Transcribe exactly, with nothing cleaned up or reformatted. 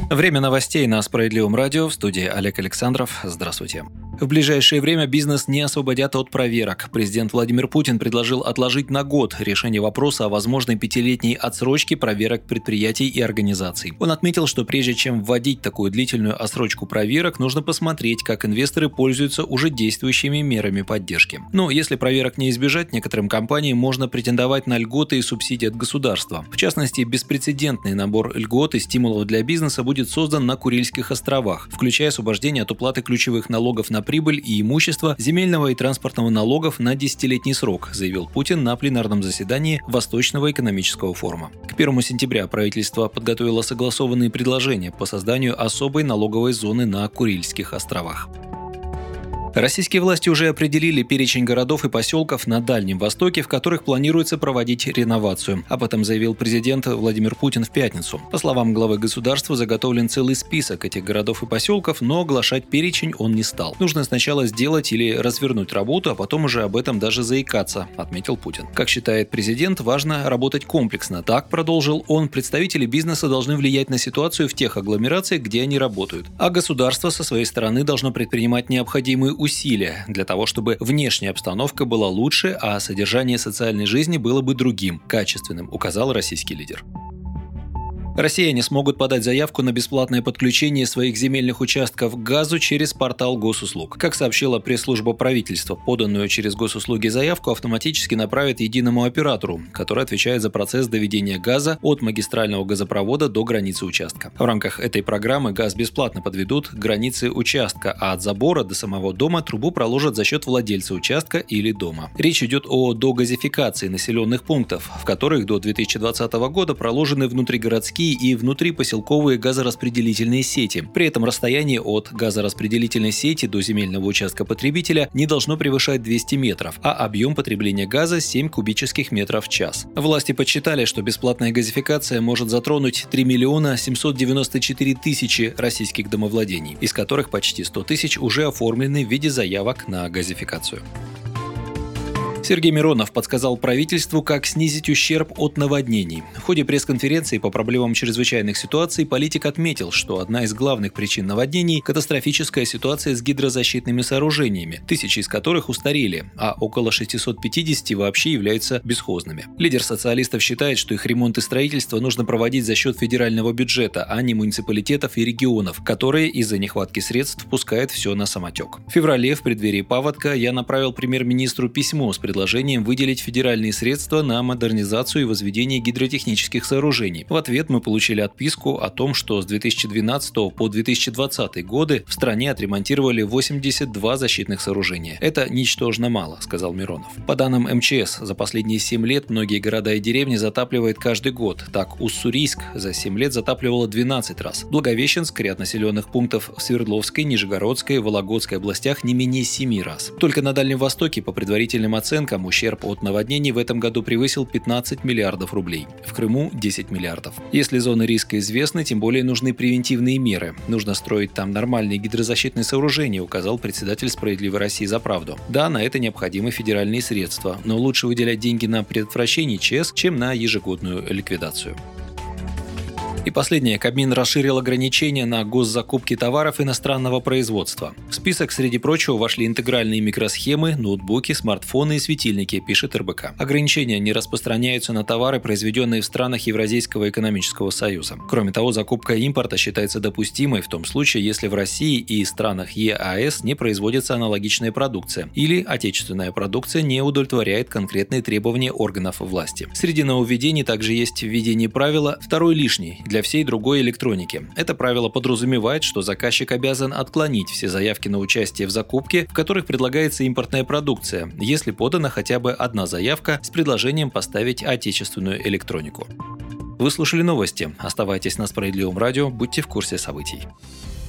Время новостей на Справедливом радио. В студии Олег Александров. Здравствуйте. В ближайшее время бизнес не освободят от проверок. Президент Владимир Путин предложил отложить на год решение вопроса о возможной пятилетней отсрочке проверок предприятий и организаций. Он отметил, что прежде чем вводить такую длительную отсрочку проверок, нужно посмотреть, как инвесторы пользуются уже действующими мерами поддержки. Но если проверок не избежать, некоторым компаниям можно претендовать на льготы и субсидии от государства. В частности, беспрецедентный набор льгот и стимулов для бизнеса будет создан на Курильских островах, включая освобождение от уплаты ключевых налогов на прибыль и имущество, земельного и транспортного налогов на десятилетний срок, заявил Путин на пленарном заседании Восточного экономического форума. К первому сентября правительство подготовило согласованные предложения по созданию особой налоговой зоны на Курильских островах. Российские власти уже определили перечень городов и поселков на Дальнем Востоке, в которых планируется проводить реновацию. Об этом заявил президент Владимир Путин в пятницу. По словам главы государства, заготовлен целый список этих городов и поселков, но оглашать перечень он не стал. Нужно сначала сделать или развернуть работу, а потом уже об этом даже заикаться, отметил Путин. Как считает президент, важно работать комплексно. Так, продолжил он, представители бизнеса должны влиять на ситуацию в тех агломерациях, где они работают. А государство со своей стороны должно предпринимать необходимые усилия для того, чтобы внешняя обстановка была лучше, а содержание социальной жизни было бы другим, качественным, указал российский лидер. Россияне смогут подать заявку на бесплатное подключение своих земельных участков к газу через портал госуслуг. Как сообщила пресс-служба правительства, поданную через госуслуги заявку автоматически направят единому оператору, который отвечает за процесс доведения газа от магистрального газопровода до границы участка. В рамках этой программы газ бесплатно подведут к границе участка, а от забора до самого дома трубу проложат за счет владельца участка или дома. Речь идет о догазификации населенных пунктов, в которых до две тысячи двадцатого года проложены внутригородские и внутрипоселковые газораспределительные сети. При этом расстояние от газораспределительной сети до земельного участка потребителя не должно превышать двести метров, а объем потребления газа семь кубических метров в час. Власти подсчитали, что бесплатная газификация может затронуть три миллиона семьсот девяносто четыре тысячи российских домовладений, из которых почти сто тысяч уже оформлены в виде заявок на газификацию. Сергей Миронов подсказал правительству, как снизить ущерб от наводнений. В ходе пресс-конференции по проблемам чрезвычайных ситуаций политик отметил, что одна из главных причин наводнений – катастрофическая ситуация с гидрозащитными сооружениями, тысячи из которых устарели, а около шестьсот пятьдесят вообще являются бесхозными. Лидер социалистов считает, что их ремонт и строительство нужно проводить за счет федерального бюджета, а не муниципалитетов и регионов, которые из-за нехватки средств пускают все на самотек. В феврале, в преддверии паводка, я направил премьер-министру письмо с предложением предложением выделить федеральные средства на модернизацию и возведение гидротехнических сооружений. В ответ мы получили отписку о том, что с две тысячи двенадцатого по две тысячи двадцатый годы в стране отремонтировали восемьдесят два защитных сооружения. Это ничтожно мало, сказал Миронов. По данным эм че эс, за последние семь лет многие города и деревни затапливает каждый год. Так, Уссурийск за семь лет затапливало двенадцать раз. Благовещенск, ряд населенных пунктов в Свердловской, Нижегородской, Вологодской областях не менее семи раз. Только на Дальнем Востоке, по предварительным оценкам, ущерб от наводнений в этом году превысил пятнадцать миллиардов рублей. В Крыму – десять миллиардов. Если зоны риска известны, тем более нужны превентивные меры. Нужно строить там нормальные гидрозащитные сооружения, указал председатель «Справедливой России за правду». Да, на это необходимы федеральные средства, но лучше выделять деньги на предотвращение ЧС, чем на ежегодную ликвидацию. И последнее. Кабмин расширил ограничения на госзакупки товаров иностранного производства. В список, среди прочего, вошли интегральные микросхемы, ноутбуки, смартфоны и светильники, пишет эр бэ ка. Ограничения не распространяются на товары, произведенные в странах Евразийского экономического союза. Кроме того, закупка импорта считается допустимой в том случае, если в России и странах е а эс не производится аналогичная продукция или отечественная продукция не удовлетворяет конкретные требования органов власти. Среди нововведений также есть введение правила «второй лишний» для всей другой электроники. Это правило подразумевает, что заказчик обязан отклонить все заявки на участие в закупке, в которых предлагается импортная продукция, если подана хотя бы одна заявка с предложением поставить отечественную электронику. Вы слушали новости. Оставайтесь на Справедливом радио, будьте в курсе событий.